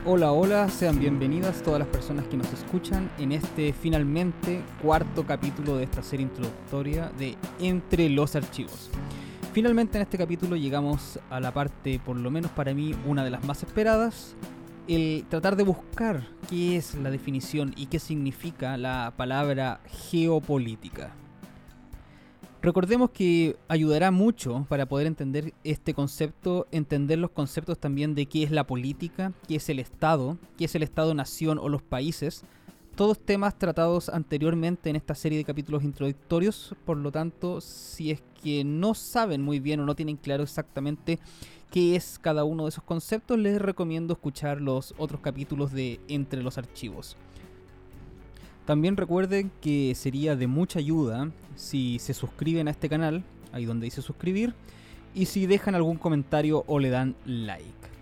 Hola, hola, sean bienvenidas todas las personas que nos escuchan en este finalmente cuarto capítulo de esta serie introductoria de Entre los Archivos. Finalmente en este capítulo llegamos a la parte, por lo menos para mí, una de las más esperadas, el tratar de buscar qué es la definición y qué significa la palabra geopolítica. Recordemos que ayudará mucho para poder entender este concepto, entender los conceptos también de qué es la política, qué es el Estado-nación o los países, todos temas tratados anteriormente en esta serie de capítulos introductorios. Por lo tanto, si es que no saben muy bien o no tienen claro exactamente qué es cada uno de esos conceptos, les recomiendo escuchar los otros capítulos de Entre los Archivos. También recuerden que sería de mucha ayuda si se suscriben a este canal, ahí donde dice suscribir, y si dejan algún comentario o le dan like.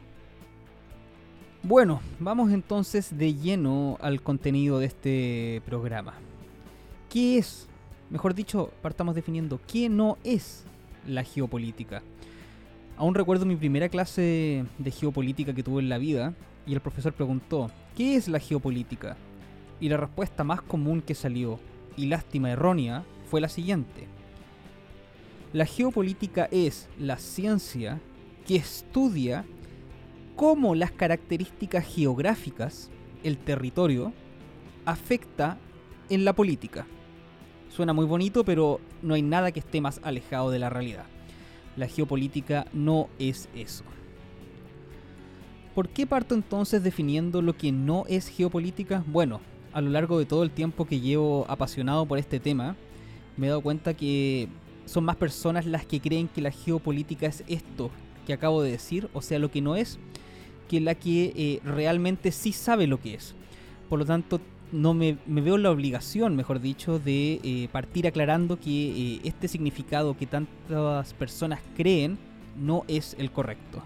Bueno, vamos entonces de lleno al contenido de este programa. ¿Qué es? Mejor dicho, partamos definiendo qué no es la geopolítica. Aún recuerdo mi primera clase de geopolítica que tuve en la vida y el profesor preguntó, ¿qué es la geopolítica? Y la respuesta más común que salió, y lástima errónea, fue la siguiente. La geopolítica es la ciencia que estudia cómo las características geográficas, el territorio, afecta en la política. Suena muy bonito, pero no hay nada que esté más alejado de la realidad. La geopolítica no es eso. ¿Por qué parto entonces definiendo lo que no es geopolítica? Bueno, a lo largo de todo el tiempo que llevo apasionado por este tema, me he dado cuenta que son más personas las que creen que la geopolítica es esto que acabo de decir, o sea, lo que no es, que la que realmente sí sabe lo que es. Por lo tanto, no me veo la obligación, mejor dicho, de partir aclarando que este significado que tantas personas creen no es el correcto.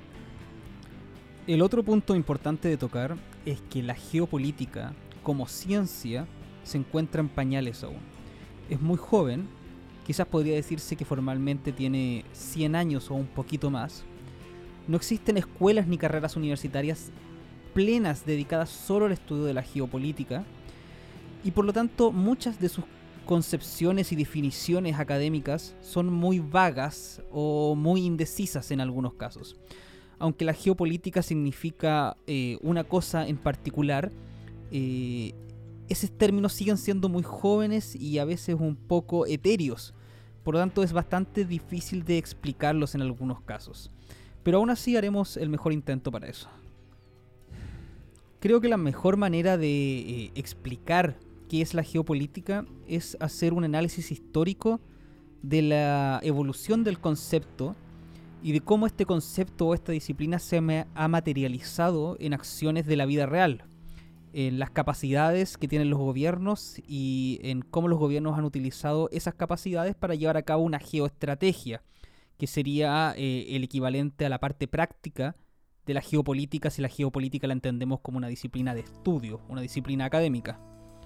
El otro punto importante de tocar es que la geopolítica, como ciencia, se encuentra en pañales aún. Es muy joven, quizás podría decirse que formalmente tiene 100 años o un poquito más. No existen escuelas ni carreras universitarias plenas dedicadas solo al estudio de la geopolítica, y por lo tanto muchas de sus concepciones y definiciones académicas son muy vagas o muy indecisas en algunos casos. Aunque la geopolítica significa una cosa en particular, esos términos siguen siendo muy jóvenes y a veces un poco etéreos. Por lo tanto, es bastante difícil de explicarlos en algunos casos. Pero aún así haremos el mejor intento para eso. Creo que la mejor manera de explicar qué es la geopolítica es hacer un análisis histórico de la evolución del concepto y de cómo este concepto o esta disciplina se ha materializado en acciones de la vida real, en las capacidades que tienen los gobiernos y en cómo los gobiernos han utilizado esas capacidades para llevar a cabo una geoestrategia, que sería el equivalente a la parte práctica de la geopolítica si la geopolítica la entendemos como una disciplina de estudio, una disciplina académica.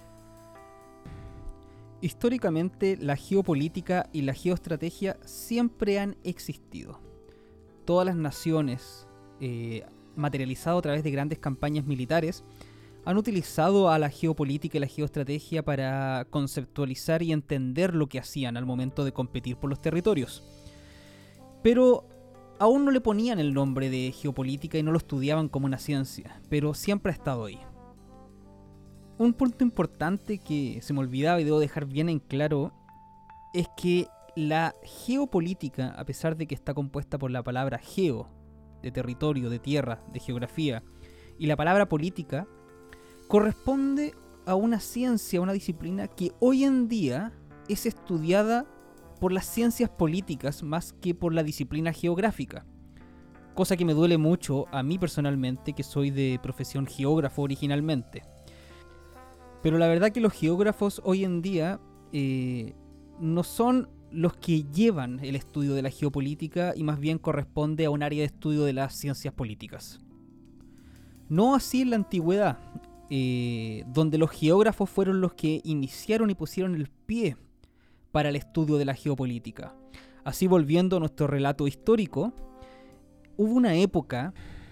Históricamente, la geopolítica y la geoestrategia siempre han existido. Todas las naciones, materializado a través de grandes campañas militares, han utilizado a la geopolítica y la geoestrategia para conceptualizar y entender lo que hacían al momento de competir por los territorios. Pero aún no le ponían el nombre de geopolítica y no lo estudiaban como una ciencia, pero siempre ha estado ahí. Un punto importante que se me olvidaba y debo dejar bien en claro es que la geopolítica, a pesar de que está compuesta por la palabra geo, de territorio, de tierra, de geografía, y la palabra política, corresponde a una ciencia, a una disciplina que hoy en día es estudiada por las ciencias políticas más que por la disciplina geográfica. Cosa que me duele mucho a mí personalmente, que soy de profesión geógrafo originalmente. Pero la verdad que los geógrafos hoy en día no son los que llevan el estudio de la geopolítica y más bien corresponde a un área de estudio de las ciencias políticas. No así en la antigüedad, donde los geógrafos fueron los que iniciaron y pusieron el pie para el estudio de la geopolítica. Así, volviendo a nuestro relato histórico, hubo una época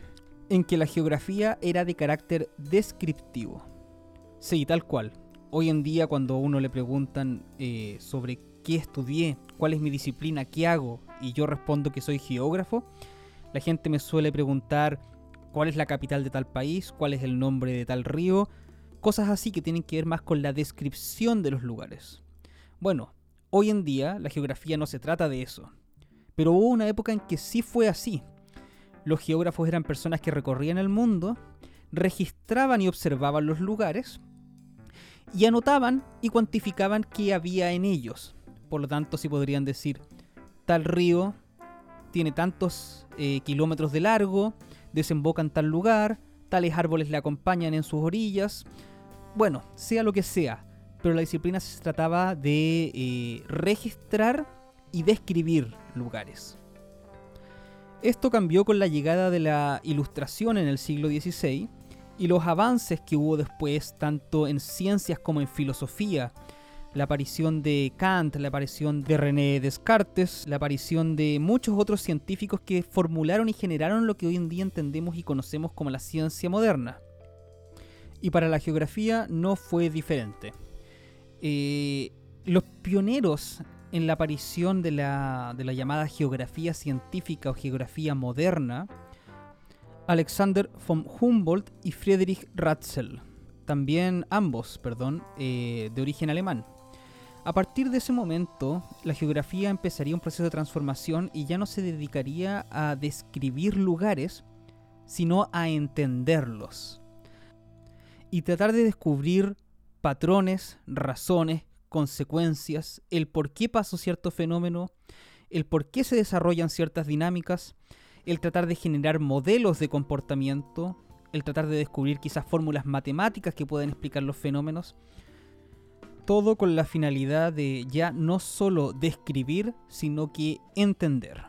en que la geografía era de carácter descriptivo. Sí, tal cual. Hoy en día cuando a uno le preguntan sobre qué estudié, cuál es mi disciplina, qué hago, y yo respondo que soy geógrafo, la gente me suele preguntar cuál es la capital de tal país, cuál es el nombre de tal río, cosas así que tienen que ver más con la descripción de los lugares. Bueno, hoy en día la geografía no se trata de eso, pero hubo una época en que sí fue así. Los geógrafos eran personas que recorrían el mundo, registraban y observaban los lugares, y anotaban y cuantificaban qué había en ellos. Por lo tanto, sí podrían decir, tal río tiene tantos kilómetros de largo, desemboca en tal lugar, tales árboles le acompañan en sus orillas. Bueno, sea lo que sea, pero la disciplina se trataba de registrar y describir lugares. Esto cambió con la llegada de la Ilustración en el siglo XVI y los avances que hubo después, tanto en ciencias como en filosofía. La aparición de Kant, la aparición de René Descartes, la aparición de muchos otros científicos que formularon y generaron lo que hoy en día entendemos y conocemos como la ciencia moderna. Y para la geografía no fue diferente. Los pioneros en la aparición de la llamada geografía científica o geografía moderna, Alexander von Humboldt y Friedrich Ratzel, también ambos, de origen alemán. A partir de ese momento, la geografía empezaría un proceso de transformación y ya no se dedicaría a describir lugares, sino a entenderlos. Y tratar de descubrir patrones, razones, consecuencias, el por qué pasó cierto fenómeno, el por qué se desarrollan ciertas dinámicas, el tratar de generar modelos de comportamiento, el tratar de descubrir quizás fórmulas matemáticas que pueden explicar los fenómenos. Todo con la finalidad de ya no solo describir, sino que entender.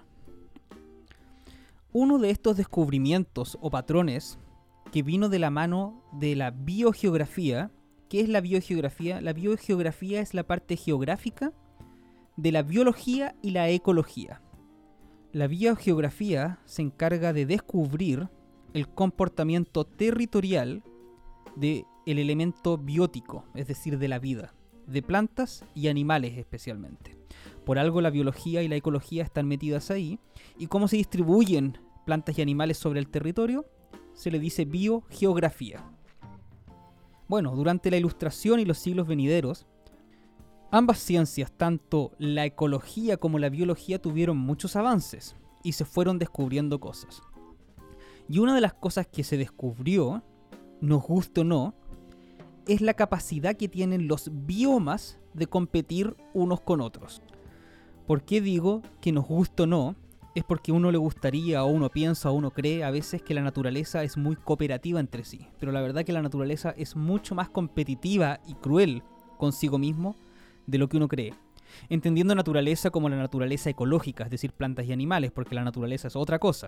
Uno de estos descubrimientos o patrones que vino de la mano de la biogeografía. ¿Qué es la biogeografía? La biogeografía es la parte geográfica de la biología y la ecología. La biogeografía se encarga de descubrir el comportamiento territorial del elemento biótico, es decir, de la vida, de plantas y animales especialmente. Por algo la biología y la ecología están metidas ahí, y cómo se distribuyen plantas y animales sobre el territorio se le dice biogeografía. Bueno, durante la Ilustración y los siglos venideros, ambas ciencias, tanto la ecología como la biología, tuvieron muchos avances y se fueron descubriendo cosas. Y una de las cosas que se descubrió, nos guste o no, es la capacidad que tienen los biomas de competir unos con otros. ¿Por qué digo que nos guste o no? Es porque uno le gustaría, o uno piensa, o uno cree a veces que la naturaleza es muy cooperativa entre sí. Pero la verdad que la naturaleza es mucho más competitiva y cruel consigo mismo de lo que uno cree. Entendiendo naturaleza como la naturaleza ecológica, es decir, plantas y animales, porque la naturaleza es otra cosa.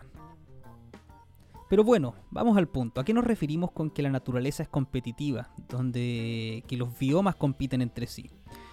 Pero bueno, vamos al punto. ¿A qué nos referimos con que la naturaleza es competitiva? Que los biomas compiten entre sí.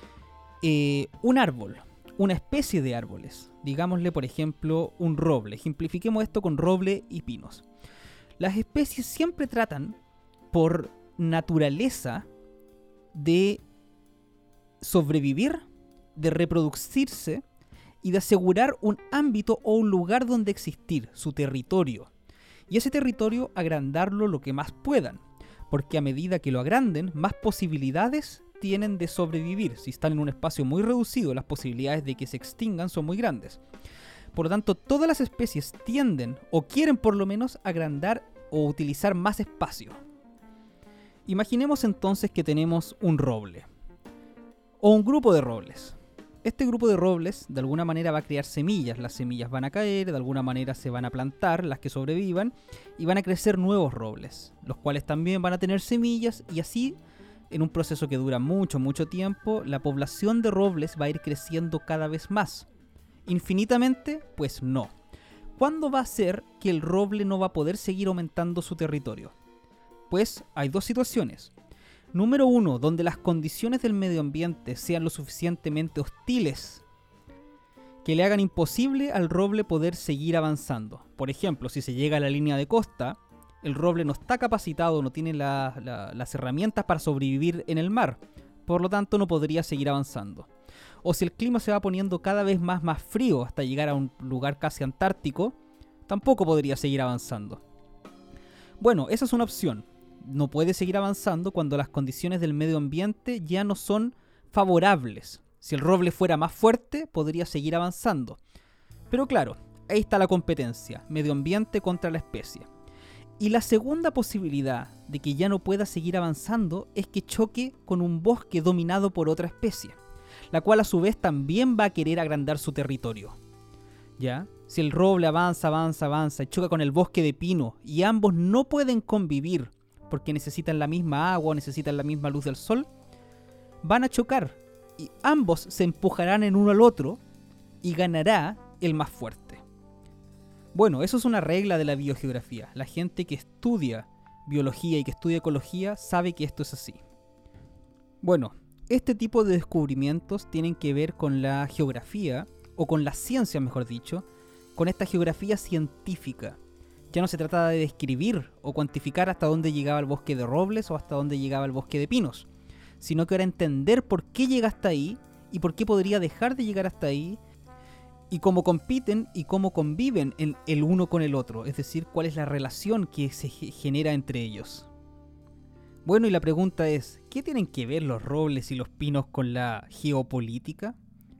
Un árbol, una especie de árboles, digámosle por ejemplo un roble. Ejemplifiquemos esto con roble y pinos. Las especies siempre tratan, por naturaleza, de sobrevivir, de reproducirse y de asegurar un ámbito o un lugar donde existir, su territorio. Y ese territorio agrandarlo lo que más puedan, porque a medida que lo agranden, más posibilidades tienen de sobrevivir. Si están en un espacio muy reducido, las posibilidades de que se extingan son muy grandes. Por lo tanto, todas las especies tienden, o quieren por lo menos, agrandar o utilizar más espacio. Imaginemos entonces que tenemos un roble, o un grupo de robles. Este grupo de robles de alguna manera va a crear semillas. Las semillas van a caer, de alguna manera se van a plantar, las que sobrevivan, y van a crecer nuevos robles, los cuales también van a tener semillas, y así, en un proceso que dura mucho, mucho tiempo, la población de robles va a ir creciendo cada vez más. ¿Infinitamente? Pues no. ¿Cuándo va a ser que el roble no va a poder seguir aumentando su territorio? Pues hay dos situaciones. Número 1, donde las condiciones del medio ambiente sean lo suficientemente hostiles que le hagan imposible al roble poder seguir avanzando. Por ejemplo, si se llega a la línea de costa El roble no está capacitado, no tiene las herramientas para sobrevivir en el mar. Por lo tanto, no podría seguir avanzando. O si el clima se va poniendo cada vez más frío hasta llegar a un lugar casi antártico, tampoco podría seguir avanzando. Bueno, esa es una opción. No puede seguir avanzando cuando las condiciones del medio ambiente ya no son favorables. Si el roble fuera más fuerte, podría seguir avanzando. Pero claro, ahí está la competencia, medio ambiente contra la especie. Y la segunda posibilidad de que ya no pueda seguir avanzando es que choque con un bosque dominado por otra especie, la cual a su vez también va a querer agrandar su territorio. ¿Ya? Si el roble avanza y choca con el bosque de pino y ambos no pueden convivir porque necesitan la misma agua o necesitan la misma luz del sol, van a chocar y ambos se empujarán en uno al otro y ganará el más fuerte. Bueno, eso es una regla de la biogeografía. La gente que estudia biología y que estudia ecología sabe que esto es así. Bueno, este tipo de descubrimientos tienen que ver con la geografía, o con la ciencia mejor dicho, con esta geografía científica. Ya no se trata de describir o cuantificar hasta dónde llegaba el bosque de robles o hasta dónde llegaba el bosque de pinos, sino que ahora entender por qué llega hasta ahí y por qué podría dejar de llegar hasta ahí, y cómo compiten y cómo conviven el uno con el otro, es decir, cuál es la relación que se genera entre ellos. Bueno, y la pregunta es, ¿qué tienen que ver los robles y los pinos con la geopolítica?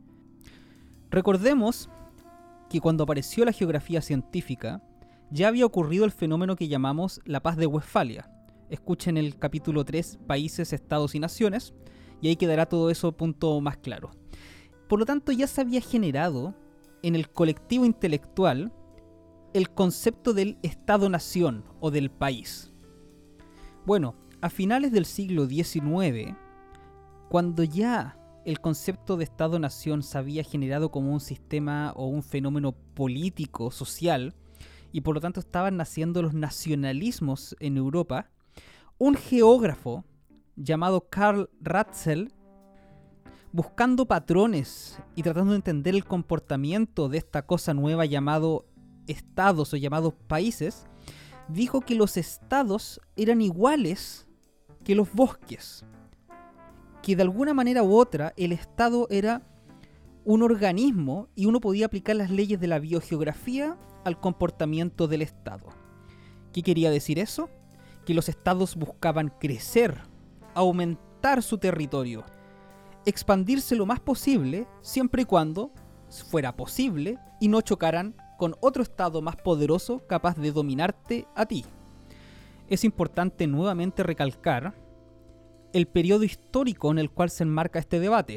Recordemos que cuando apareció la geografía científica, ya había ocurrido el fenómeno que llamamos la Paz de Westfalia. Escuchen el capítulo 3, Países, Estados y Naciones, y ahí quedará todo eso punto más claro. Por lo tanto, ya se había generado en el colectivo intelectual el concepto del Estado-Nación o del país. Bueno, a finales del siglo XIX, cuando ya el concepto de Estado-Nación se había generado como un sistema o un fenómeno político, social, y por lo tanto estaban naciendo los nacionalismos en Europa, un geógrafo llamado Karl Ratzel, buscando patrones y tratando de entender el comportamiento de esta cosa nueva llamado estados o llamados países, dijo que los estados eran iguales que los bosques, que de alguna manera u otra el estado era un organismo y uno podía aplicar las leyes de la biogeografía al comportamiento del estado. ¿Qué quería decir eso? Que los estados buscaban crecer, aumentar su territorio, expandirse lo más posible, siempre y cuando fuera posible y no chocaran con otro estado más poderoso capaz de dominarte a ti. Es importante nuevamente recalcar el periodo histórico en el cual se enmarca este debate.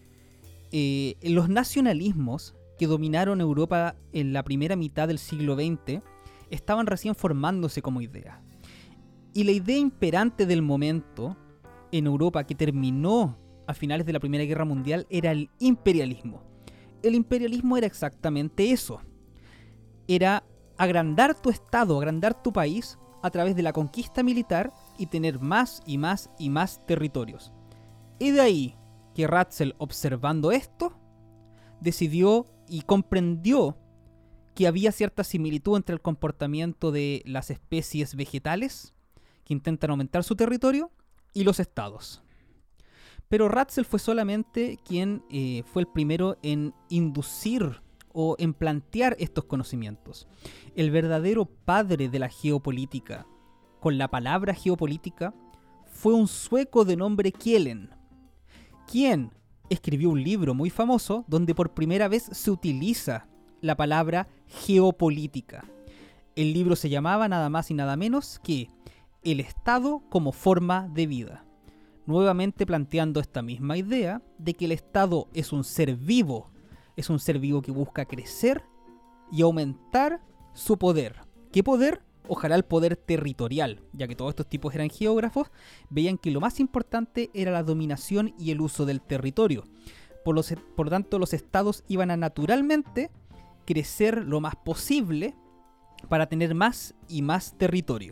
Los nacionalismos que dominaron Europa en la primera mitad del siglo XX estaban recién formándose como idea. Y la idea imperante del momento en Europa que terminó a finales de la Primera Guerra Mundial era el imperialismo. El imperialismo era exactamente eso. Era agrandar tu estado, agrandar tu país a través de la conquista militar y tener más y más y más territorios. Y de ahí que Ratzel, observando esto, decidió y comprendió que había cierta similitud entre el comportamiento de las especies vegetales que intentan aumentar su territorio y los estados. Pero Ratzel fue solamente quien fue el primero en inducir o en plantear estos conocimientos. El verdadero padre de la geopolítica, con la palabra geopolítica, fue un sueco de nombre Kjellén, quien escribió un libro muy famoso donde por primera vez se utiliza la palabra geopolítica. El libro se llamaba nada más y nada menos que El Estado como forma de vida. Nuevamente planteando esta misma idea de que el Estado es un ser vivo que busca crecer y aumentar su poder. ¿Qué poder? Ojalá el poder territorial, ya que todos estos tipos eran geógrafos, veían que lo más importante era la dominación y el uso del territorio. Por lo tanto, los estados iban a naturalmente crecer lo más posible para tener más y más territorio.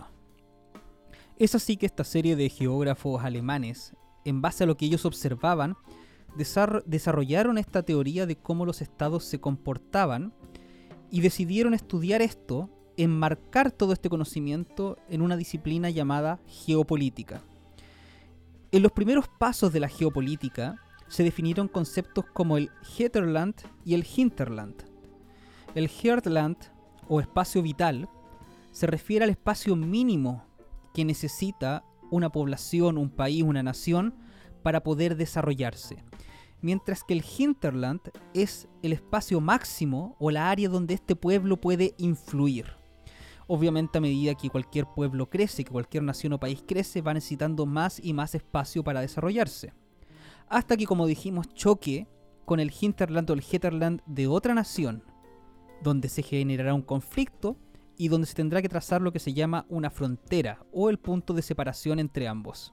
Es así que esta serie de geógrafos alemanes, en base a lo que ellos observaban, desarrollaron esta teoría de cómo los estados se comportaban y decidieron estudiar esto enmarcar todo este conocimiento en una disciplina llamada geopolítica. En los primeros pasos de la geopolítica se definieron conceptos como el Heterland y el Hinterland. El Heartland, o espacio vital, se refiere al espacio mínimo que necesita una población, un país, una nación para poder desarrollarse. Mientras que el Hinterland es el espacio máximo o la área donde este pueblo puede influir. Obviamente, a medida que cualquier pueblo crece, que cualquier nación o país crece, va necesitando más y más espacio para desarrollarse. Hasta que, como dijimos, choque con el Hinterland o el Heterland de otra nación, donde se generará un conflicto y donde se tendrá que trazar lo que se llama una frontera o el punto de separación entre ambos.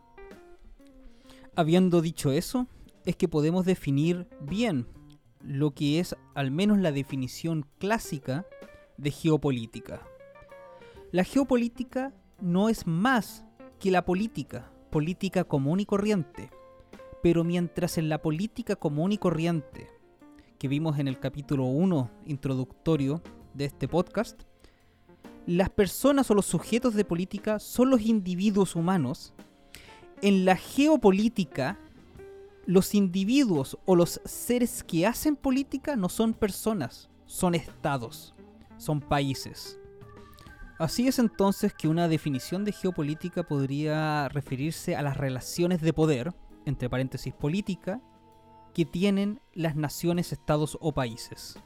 Habiendo dicho eso, es que podemos definir bien lo que es al menos la definición clásica de geopolítica. La geopolítica no es más que la política común y corriente. Pero mientras en la política común y corriente, que vimos en el capítulo 1 introductorio de este podcast, las personas o los sujetos de política son los individuos humanos, en la geopolítica, los individuos o los seres que hacen política no son personas, son estados, son países. Así es entonces que una definición de geopolítica podría referirse a las relaciones de poder, entre paréntesis política, que tienen las naciones, estados o países.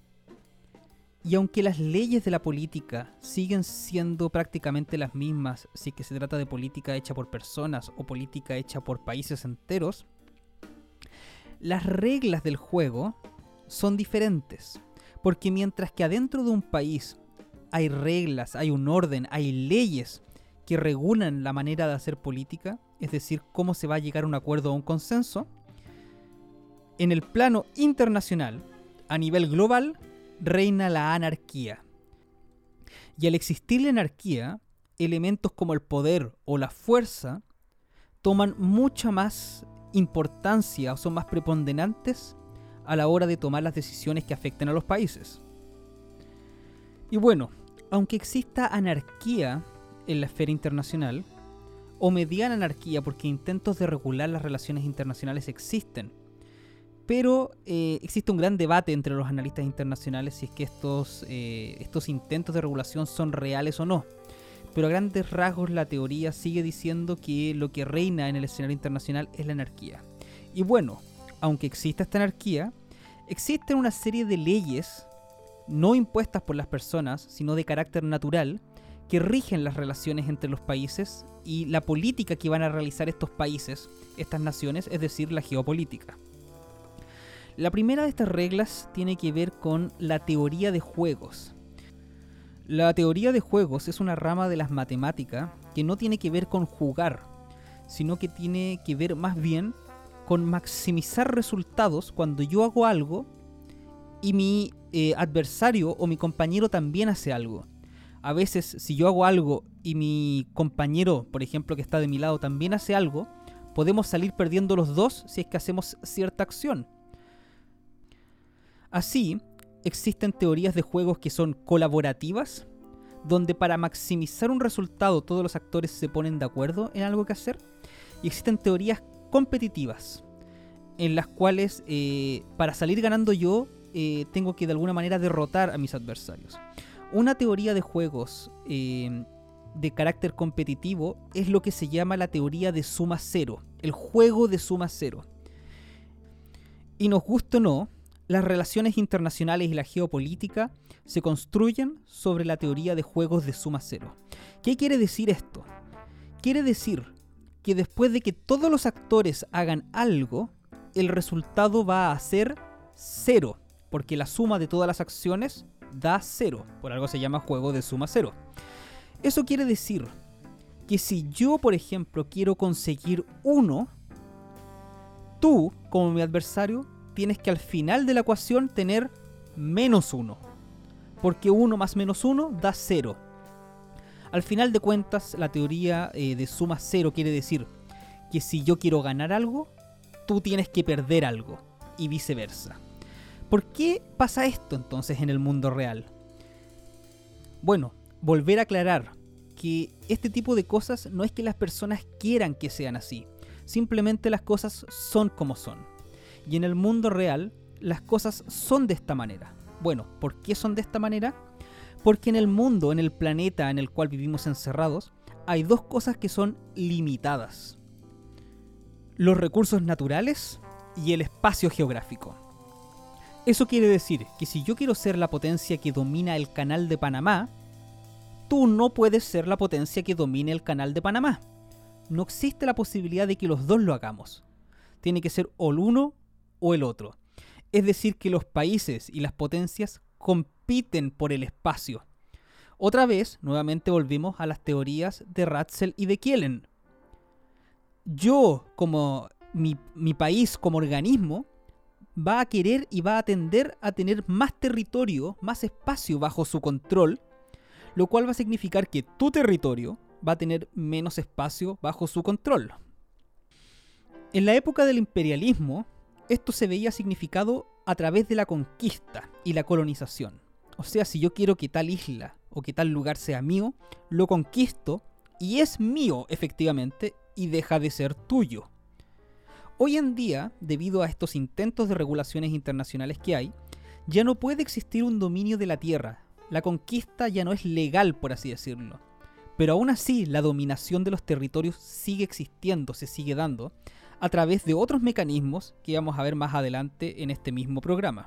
Y aunque las leyes de la política siguen siendo prácticamente las mismas si es que se trata de política hecha por personas o política hecha por países enteros, las reglas del juego son diferentes, porque mientras que adentro de un país hay reglas, hay un orden, hay leyes que regulan la manera de hacer política, es decir, cómo se va a llegar a un acuerdo o a un consenso, en el plano internacional, a nivel global, reina la anarquía. Y al existir la anarquía, elementos como el poder o la fuerza toman mucha más importancia o son más preponderantes a la hora de tomar las decisiones que afecten a los países. Y bueno, aunque exista anarquía en la esfera internacional, o mediana anarquía porque intentos de regular las relaciones internacionales existen, pero existe un gran debate entre los analistas internacionales si es que estos intentos de regulación son reales o no. Pero a grandes rasgos la teoría sigue diciendo que lo que reina en el escenario internacional es la anarquía. Y bueno, aunque exista esta anarquía, existen una serie de leyes no impuestas por las personas, sino de carácter natural, que rigen las relaciones entre los países y la política que van a realizar estos países, estas naciones, es decir, la geopolítica. La primera de estas reglas tiene que ver con la teoría de juegos. La teoría de juegos es una rama de las matemáticas que no tiene que ver con jugar, sino que tiene que ver más bien con maximizar resultados cuando yo hago algo y mi adversario o mi compañero también hace algo. A veces, si yo hago algo y mi compañero, por ejemplo, que está de mi lado, también hace algo, podemos salir perdiendo los dos si es que hacemos cierta acción. Así, existen teorías de juegos que son colaborativas, donde para maximizar un resultado todos los actores se ponen de acuerdo en algo que hacer. Y existen teorías competitivas, en las cuales para salir ganando yo tengo que de alguna manera derrotar a mis adversarios. Una teoría de juegos de carácter competitivo es lo que se llama la teoría de suma cero, el juego de suma cero. Y nos guste o no, las relaciones internacionales y la geopolítica se construyen sobre la teoría de juegos de suma cero. ¿Qué quiere decir esto? Quiere decir que después de que todos los actores hagan algo, el resultado va a ser cero, porque la suma de todas las acciones da cero. Por algo se llama juego de suma cero. Eso quiere decir que si yo, por ejemplo, quiero conseguir 1, tú, como mi adversario, tienes que al final de la ecuación tener -1, porque 1 más -1 da 0. Al final de cuentas, la teoría de suma cero quiere decir que si yo quiero ganar algo, tú tienes que perder algo, y viceversa. ¿Por qué pasa esto entonces en el mundo real? Bueno, volver a aclarar que este tipo de cosas no es que las personas quieran que sean así, simplemente las cosas son como son. Y en el mundo real, las cosas son de esta manera. Bueno, ¿por qué son de esta manera? Porque en el mundo, en el planeta en el cual vivimos encerrados, hay dos cosas que son limitadas: los recursos naturales y el espacio geográfico. Eso quiere decir que si yo quiero ser la potencia que domina el canal de Panamá, tú no puedes ser la potencia que domine el canal de Panamá. No existe la posibilidad de que los dos lo hagamos. Tiene que ser o el uno o el otro. Es decir, que los países y las potencias compiten por el espacio. Otra vez, nuevamente volvimos a las teorías de Ratzel y de Kielen. Yo, como mi país como organismo, va a querer y va a tender a tener más territorio, más espacio bajo su control, lo cual va a significar que tu territorio va a tener menos espacio bajo su control. En la época del imperialismo, esto se veía significado a través de la conquista y la colonización. O sea, si yo quiero que tal isla o que tal lugar sea mío, lo conquisto y es mío efectivamente y deja de ser tuyo. Hoy en día, debido a estos intentos de regulaciones internacionales que hay, ya no puede existir un dominio de la tierra. La conquista ya no es legal, por así decirlo. Pero aún así, la dominación de los territorios sigue existiendo, se sigue dando, a través de otros mecanismos que vamos a ver más adelante en este mismo programa.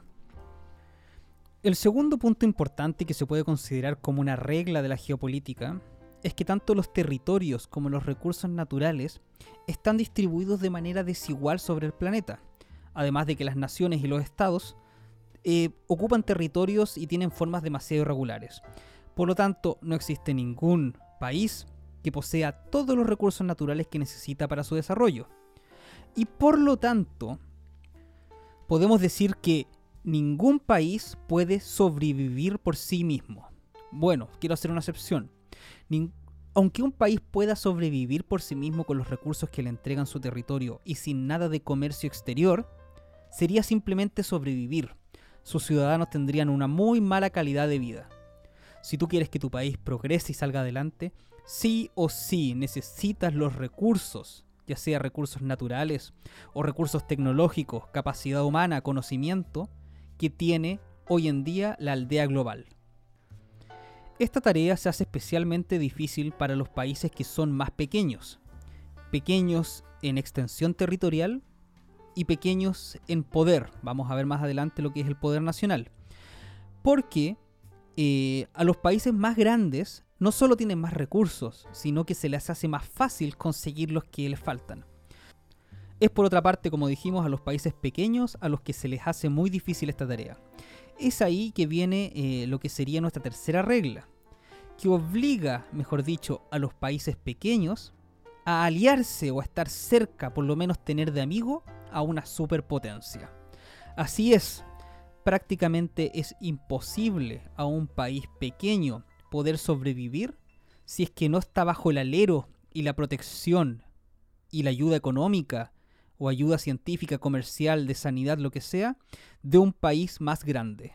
El segundo punto importante que se puede considerar como una regla de la geopolítica es que tanto los territorios como los recursos naturales están distribuidos de manera desigual sobre el planeta, además de que las naciones y los estados ocupan territorios y tienen formas demasiado irregulares. Por lo tanto, no existe ningún país que posea todos los recursos naturales que necesita para su desarrollo. Y por lo tanto, podemos decir que ningún país puede sobrevivir por sí mismo. Bueno, quiero hacer una excepción. Aunque un país pueda sobrevivir por sí mismo con los recursos que le entregan su territorio y sin nada de comercio exterior, sería simplemente sobrevivir. Sus ciudadanos tendrían una muy mala calidad de vida. Si tú quieres que tu país progrese y salga adelante, sí o sí necesitas los recursos, ya sea recursos naturales o recursos tecnológicos, capacidad humana, conocimiento, que tiene hoy en día la aldea global. Esta tarea se hace especialmente difícil para los países que son más pequeños en extensión territorial y pequeños en poder. Vamos a ver más adelante lo que es el poder nacional. Porque a los países más grandes no solo tienen más recursos, sino que se les hace más fácil conseguir los que les faltan. Es por otra parte, como dijimos, a los países pequeños a los que se les hace muy difícil esta tarea. Es ahí que viene lo que sería nuestra tercera regla, que obliga, mejor dicho, a los países pequeños a aliarse o a estar cerca, por lo menos tener de amigo, a una superpotencia. Así es, prácticamente es imposible a un país pequeño poder sobrevivir si es que no está bajo el alero y la protección y la ayuda económica o ayuda científica, comercial, de sanidad, lo que sea, de un país más grande.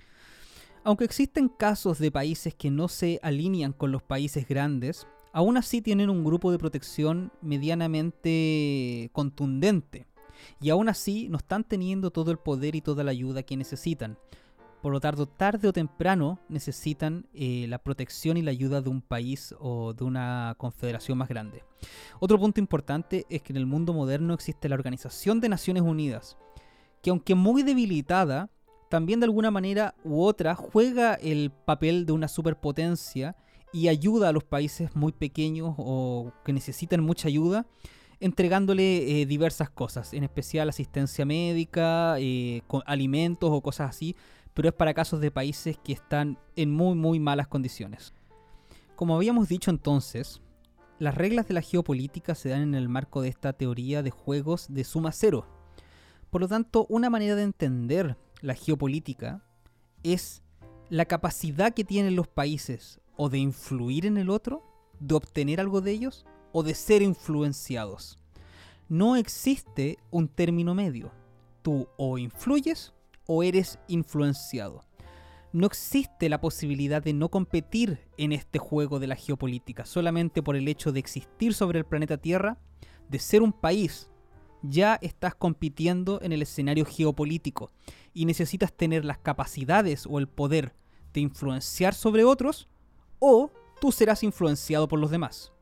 Aunque existen casos de países que no se alinean con los países grandes, aún así tienen un grupo de protección medianamente contundente. Y aún así no están teniendo todo el poder y toda la ayuda que necesitan. Por lo tanto, tarde o temprano necesitan la protección y la ayuda de un país o de una confederación más grande. Otro punto importante es que en el mundo moderno existe la Organización de Naciones Unidas, que aunque muy debilitada, también de alguna manera u otra juega el papel de una superpotencia y ayuda a los países muy pequeños o que necesitan mucha ayuda, entregándole diversas cosas, en especial asistencia médica, alimentos o cosas así, pero es para casos de países que están en muy muy malas condiciones. Como habíamos dicho entonces, las reglas de la geopolítica se dan en el marco de esta teoría de juegos de suma cero. Por lo tanto, una manera de entender la geopolítica es la capacidad que tienen los países o de influir en el otro, de obtener algo de ellos, o de ser influenciados. No existe un término medio. Tú o influyes o eres influenciado. no existe la posibilidad de no competir en este juego de la geopolítica. Solamente por el hecho de existir sobre el planeta Tierra, de ser un país, ya estás compitiendo en el escenario geopolítico y necesitas tener las capacidades o el poder de influenciar sobre otros, o tú serás influenciado por los demás.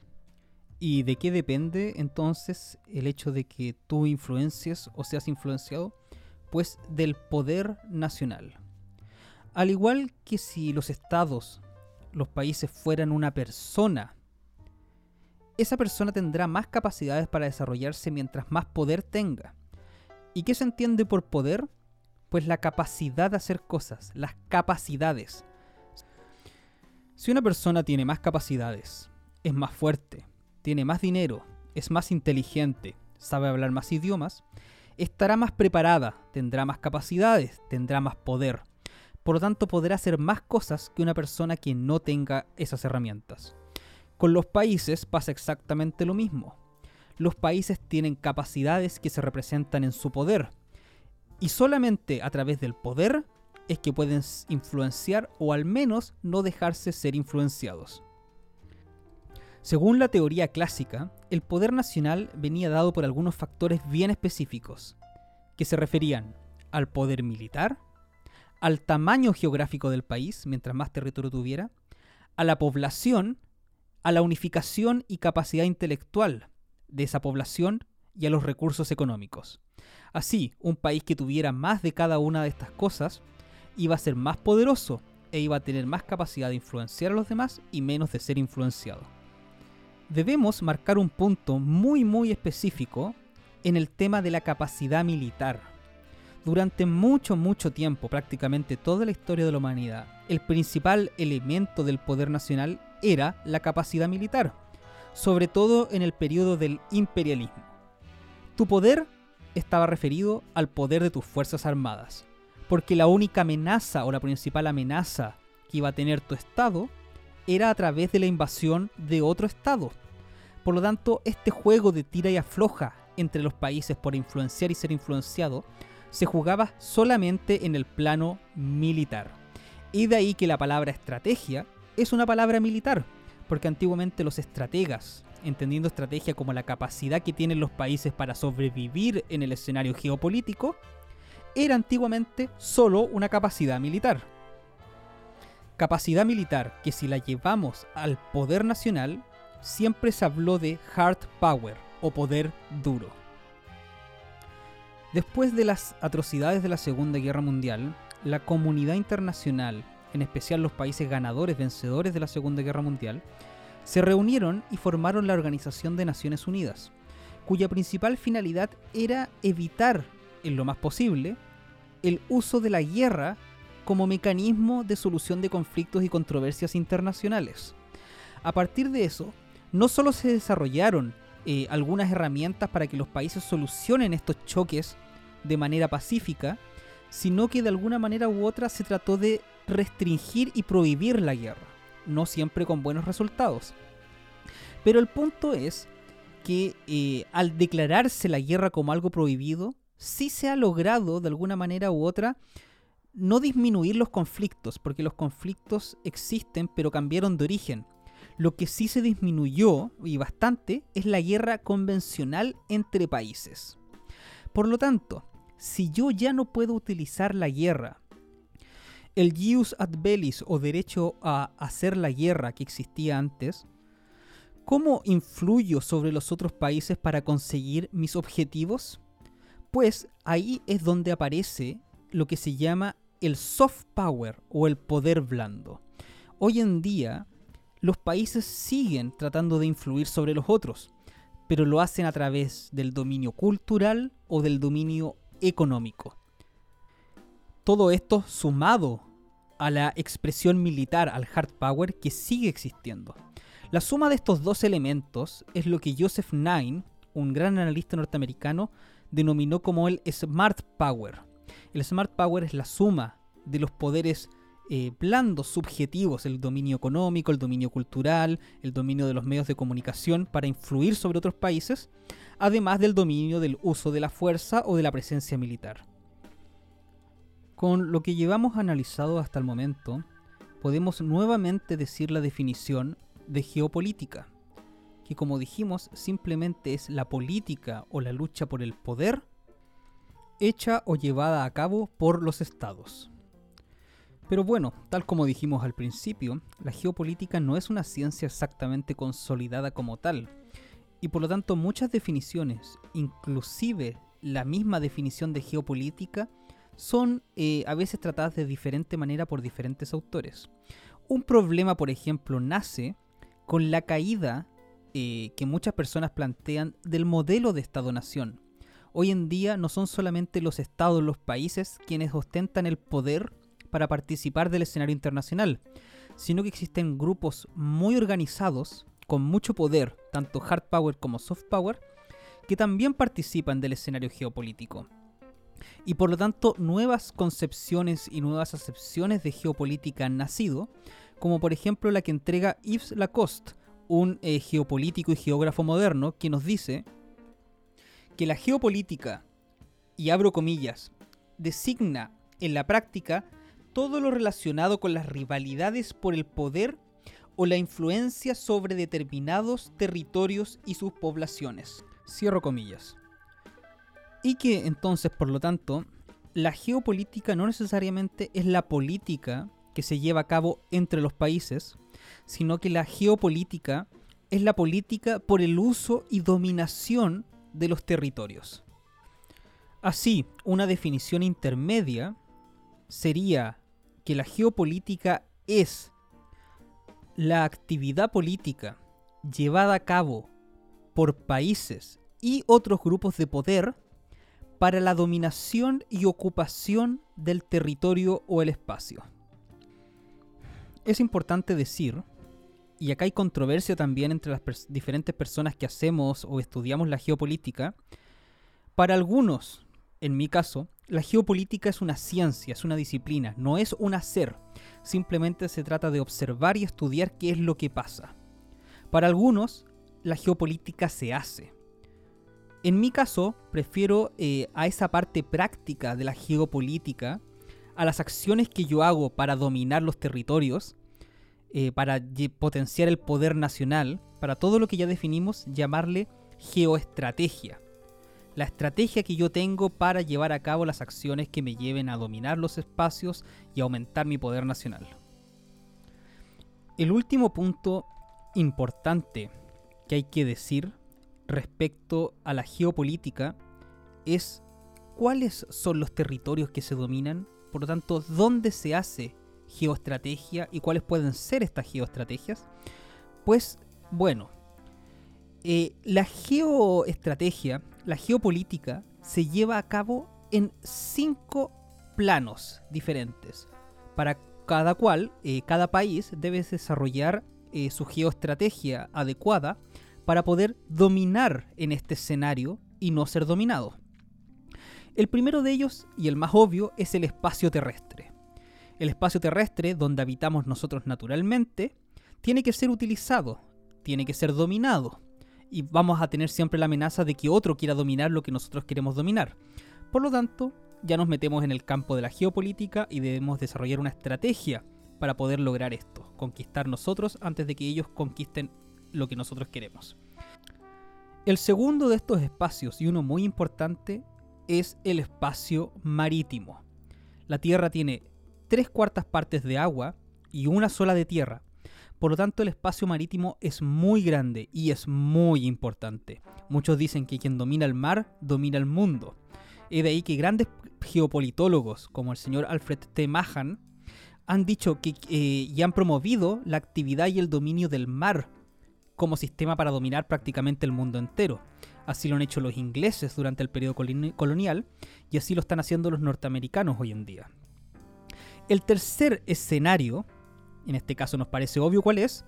¿Y de qué depende entonces el hecho de que tú influencies o seas influenciado? Pues del poder nacional. Al igual que si los estados, los países fueran una persona, esa persona tendrá más capacidades para desarrollarse mientras más poder tenga. ¿Y qué se entiende por poder? Pues la capacidad de hacer cosas, las capacidades. Si una persona tiene más capacidades, es más fuerte, tiene más dinero, es más inteligente, sabe hablar más idiomas, estará más preparada, tendrá más capacidades, tendrá más poder. Por lo tanto, podrá hacer más cosas que una persona que no tenga esas herramientas. Con los países pasa exactamente lo mismo. Los países tienen capacidades que se representan en su poder. Y solamente a través del poder es que pueden influenciar o al menos no dejarse ser influenciados. Según la teoría clásica, el poder nacional venía dado por algunos factores bien específicos, que se referían al poder militar, al tamaño geográfico del país, mientras más territorio tuviera, a la población, a la unificación y capacidad intelectual de esa población y a los recursos económicos. Así, un país que tuviera más de cada una de estas cosas iba a ser más poderoso e iba a tener más capacidad de influenciar a los demás y menos de ser influenciado. Debemos marcar un punto muy específico en el tema de la capacidad militar. Durante mucho tiempo, prácticamente toda la historia de la humanidad, el principal elemento del poder nacional era la capacidad militar, sobre todo en el periodo del imperialismo. Tu poder estaba referido al poder de tus fuerzas armadas, porque la única amenaza o la principal amenaza que iba a tener tu estado era a través de la invasión de otro estado. Por lo tanto, este juego de tira y afloja entre los países por influenciar y ser influenciado se jugaba solamente en el plano militar. Y de ahí que la palabra estrategia es una palabra militar, porque antiguamente los estrategas, entendiendo estrategia como la capacidad que tienen los países para sobrevivir en el escenario geopolítico, era antiguamente solo una capacidad militar. Capacidad militar que, si la llevamos al poder nacional, siempre se habló de hard power o poder duro. Después de las atrocidades de la Segunda Guerra Mundial, la comunidad internacional, en especial los países ganadores, vencedores de la Segunda Guerra Mundial, se reunieron y formaron la Organización de Naciones Unidas, cuya principal finalidad era evitar, en lo más posible, el uso de la guerra como mecanismo de solución de conflictos y controversias internacionales. A partir de eso, no solo se desarrollaron algunas herramientas para que los países solucionen estos choques de manera pacífica, sino que de alguna manera u otra se trató de restringir y prohibir la guerra, no siempre con buenos resultados. Pero el punto es que al declararse la guerra como algo prohibido, sí se ha logrado de alguna manera u otra no disminuir los conflictos, porque los conflictos existen pero cambiaron de origen. Lo que sí se disminuyó, y bastante, es la guerra convencional entre países. Por lo tanto, si yo ya no puedo utilizar la guerra, el jus ad bellis o derecho a hacer la guerra que existía antes, ¿cómo influyo sobre los otros países para conseguir mis objetivos? Pues ahí es donde aparece lo que se llama el soft power o el poder blando. Hoy en día, los países siguen tratando de influir sobre los otros, pero lo hacen a través del dominio cultural o del dominio económico. Todo esto sumado a la expresión militar, al hard power, que sigue existiendo. La suma de estos dos elementos es lo que Joseph Nye, un gran analista norteamericano, denominó como el smart power. El smart power es la suma de los poderes blandos subjetivos, el dominio económico, el dominio cultural, el dominio de los medios de comunicación para influir sobre otros países, además del dominio del uso de la fuerza o de la presencia militar. Con lo que llevamos analizado hasta el momento, podemos nuevamente decir la definición de geopolítica, que como dijimos simplemente es la política o la lucha por el poder hecha o llevada a cabo por los estados. Pero bueno, tal como dijimos al principio, la geopolítica no es una ciencia exactamente consolidada como tal, y por lo tanto muchas definiciones, inclusive la misma definición de geopolítica, son a veces tratadas de diferente manera por diferentes autores. Un problema, por ejemplo, nace con la caída que muchas personas plantean del modelo de Estado-Nación. Hoy en día no son solamente los estados, los países, quienes ostentan el poder para participar del escenario internacional, sino que existen grupos muy organizados, con mucho poder, tanto hard power como soft power, que también participan del escenario geopolítico. Y por lo tanto, nuevas concepciones y nuevas acepciones de geopolítica han nacido, como por ejemplo la que entrega Yves Lacoste, un geopolítico y geógrafo moderno, que nos dice que la geopolítica, y abro comillas, designa en la práctica todo lo relacionado con las rivalidades por el poder o la influencia sobre determinados territorios y sus poblaciones. Cierro comillas. Y que entonces, por lo tanto, la geopolítica no necesariamente es la política que se lleva a cabo entre los países, sino que la geopolítica es la política por el uso y dominación de los territorios. Así, una definición intermedia sería que la geopolítica es la actividad política llevada a cabo por países y otros grupos de poder para la dominación y ocupación del territorio o el espacio. Es importante decir, y acá hay controversia también entre las diferentes personas que hacemos o estudiamos la geopolítica, para algunos, en mi caso, la geopolítica es una ciencia, es una disciplina, no es un hacer, simplemente se trata de observar y estudiar qué es lo que pasa. Para algunos, la geopolítica se hace. En mi caso, prefiero a esa parte práctica de la geopolítica, a las acciones que yo hago para dominar los territorios, para potenciar el poder nacional, para todo lo que ya definimos, llamarle geoestrategia. La estrategia que yo tengo para llevar a cabo las acciones que me lleven a dominar los espacios y aumentar mi poder nacional. El último punto importante que hay que decir respecto a la geopolítica es cuáles son los territorios que se dominan, por lo tanto, dónde se hace geoestrategia y cuáles pueden ser estas geoestrategias. Pues bueno, la geoestrategia, la geopolítica, se lleva a cabo en 5 planos diferentes, para cada cual, cada país debe desarrollar su geoestrategia adecuada para poder dominar en este escenario y no ser dominado. El primero de ellos, y el más obvio, es el espacio terrestre. El espacio terrestre, donde habitamos nosotros naturalmente, tiene que ser utilizado, tiene que ser dominado, y vamos a tener siempre la amenaza de que otro quiera dominar lo que nosotros queremos dominar. Por lo tanto, ya nos metemos en el campo de la geopolítica y debemos desarrollar una estrategia para poder lograr esto, conquistar nosotros antes de que ellos conquisten lo que nosotros queremos. El segundo de estos espacios, y uno muy importante, es el espacio marítimo. La Tierra tiene 3/4 partes de agua y una sola de tierra. Por lo tanto, el espacio marítimo es muy grande y es muy importante. Muchos dicen que quien domina el mar, domina el mundo. Es de ahí que grandes geopolitólogos, como el señor Alfred T. Mahan, han dicho que y han promovido la actividad y el dominio del mar como sistema para dominar prácticamente el mundo entero. Así lo han hecho los ingleses durante el periodo colonial y así lo están haciendo los norteamericanos hoy en día. El tercer escenario, en este caso nos parece obvio cuál es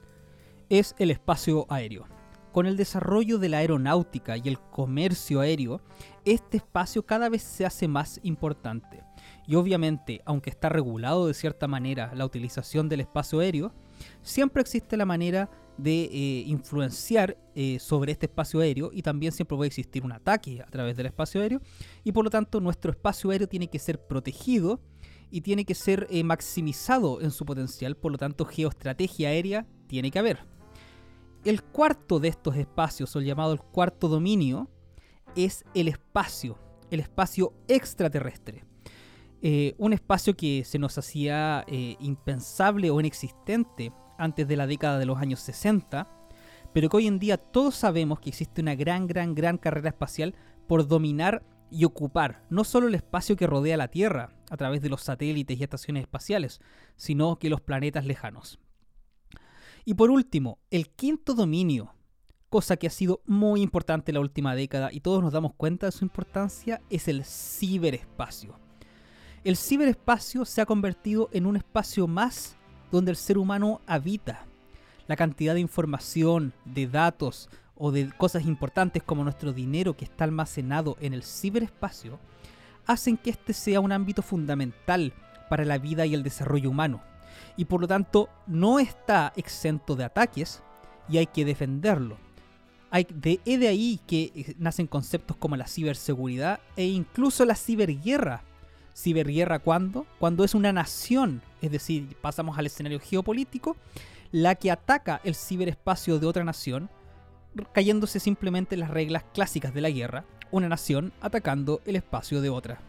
el espacio aéreo. Con el desarrollo de la aeronáutica y el comercio aéreo, este espacio cada vez se hace más importante. Y obviamente, aunque está regulado de cierta manera la utilización del espacio aéreo, siempre existe la manera de influenciar sobre este espacio aéreo, y también siempre puede existir un ataque a través del espacio aéreo, y por lo tanto nuestro espacio aéreo tiene que ser protegido y tiene que ser maximizado en su potencial. Por lo tanto, geoestrategia aérea tiene que haber. El cuarto de estos espacios, o el llamado el cuarto dominio, es el espacio extraterrestre. Un espacio que se nos hacía impensable o inexistente antes de la década de los años 60, pero que hoy en día todos sabemos que existe una gran carrera espacial por dominar y ocupar no solo el espacio que rodea la Tierra a través de los satélites y estaciones espaciales, sino que los planetas lejanos. Y por último, el quinto dominio, cosa que ha sido muy importante en la última década y todos nos damos cuenta de su importancia, es el ciberespacio. El ciberespacio se ha convertido en un espacio más donde el ser humano habita. La cantidad de información, de datos o de cosas importantes como nuestro dinero que está almacenado en el ciberespacio hacen que este sea un ámbito fundamental para la vida y el desarrollo humano, y por lo tanto no está exento de ataques y hay que defenderlo. Es de ahí que nacen conceptos como la ciberseguridad e incluso la ciberguerra. ¿Ciberguerra cuándo? Cuando es una nación, es decir, pasamos al escenario geopolítico, la que ataca el ciberespacio de otra nación, cayéndose simplemente en las reglas clásicas de la guerra, una nación atacando el espacio de otra.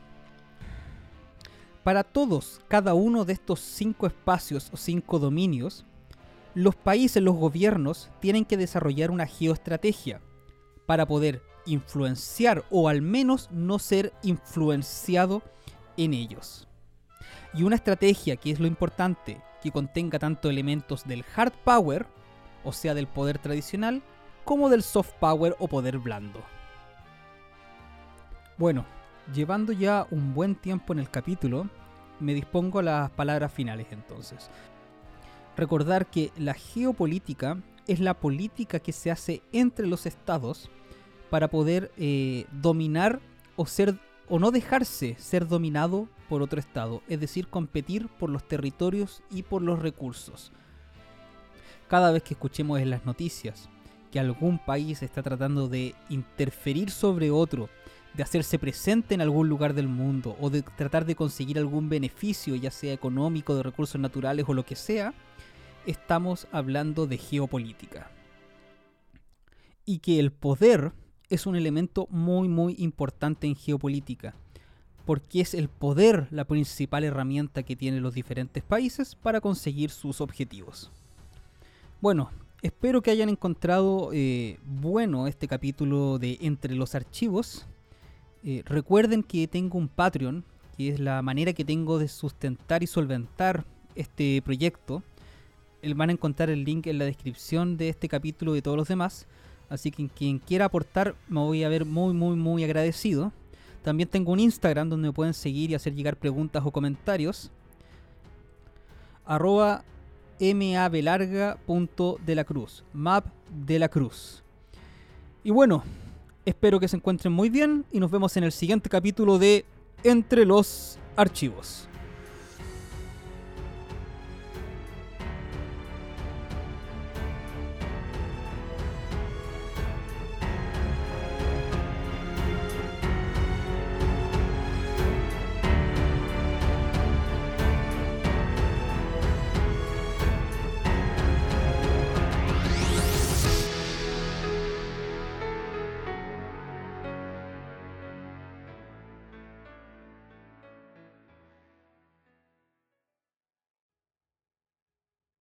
Para todos, cada uno de estos 5 espacios o 5 dominios, los países, los gobiernos, tienen que desarrollar una geoestrategia para poder influenciar o al menos no ser influenciado en ellos. Y una estrategia, que es lo importante, que contenga tanto elementos del hard power, o sea del poder tradicional, como del soft power o poder blando. Bueno, llevando ya un buen tiempo en el capítulo, me dispongo a las palabras finales entonces. Recordar que la geopolítica es la política que se hace entre los estados para poder dominar o no dejarse ser dominado por otro estado, es decir, competir por los territorios y por los recursos. Cada vez que escuchemos en las noticias que algún país está tratando de interferir sobre otro, de hacerse presente en algún lugar del mundo o de tratar de conseguir algún beneficio, ya sea económico, de recursos naturales o lo que sea, estamos hablando de geopolítica. Y que el poder es un elemento muy importante en geopolítica, porque es el poder la principal herramienta que tienen los diferentes países para conseguir sus objetivos. Bueno, espero que hayan encontrado bueno este capítulo de Entre los Archivos. Recuerden que tengo un Patreon, que es la manera que tengo de sustentar y solventar este proyecto. Van a encontrar el link en la descripción de este capítulo y de todos los demás. Así que quien quiera aportar me voy a ver muy agradecido. También tengo un Instagram donde me pueden seguir y hacer llegar preguntas o comentarios. @mabelarga.delacruz, map de la cruz. Y bueno, espero que se encuentren muy bien y nos vemos en el siguiente capítulo de Entre los Archivos.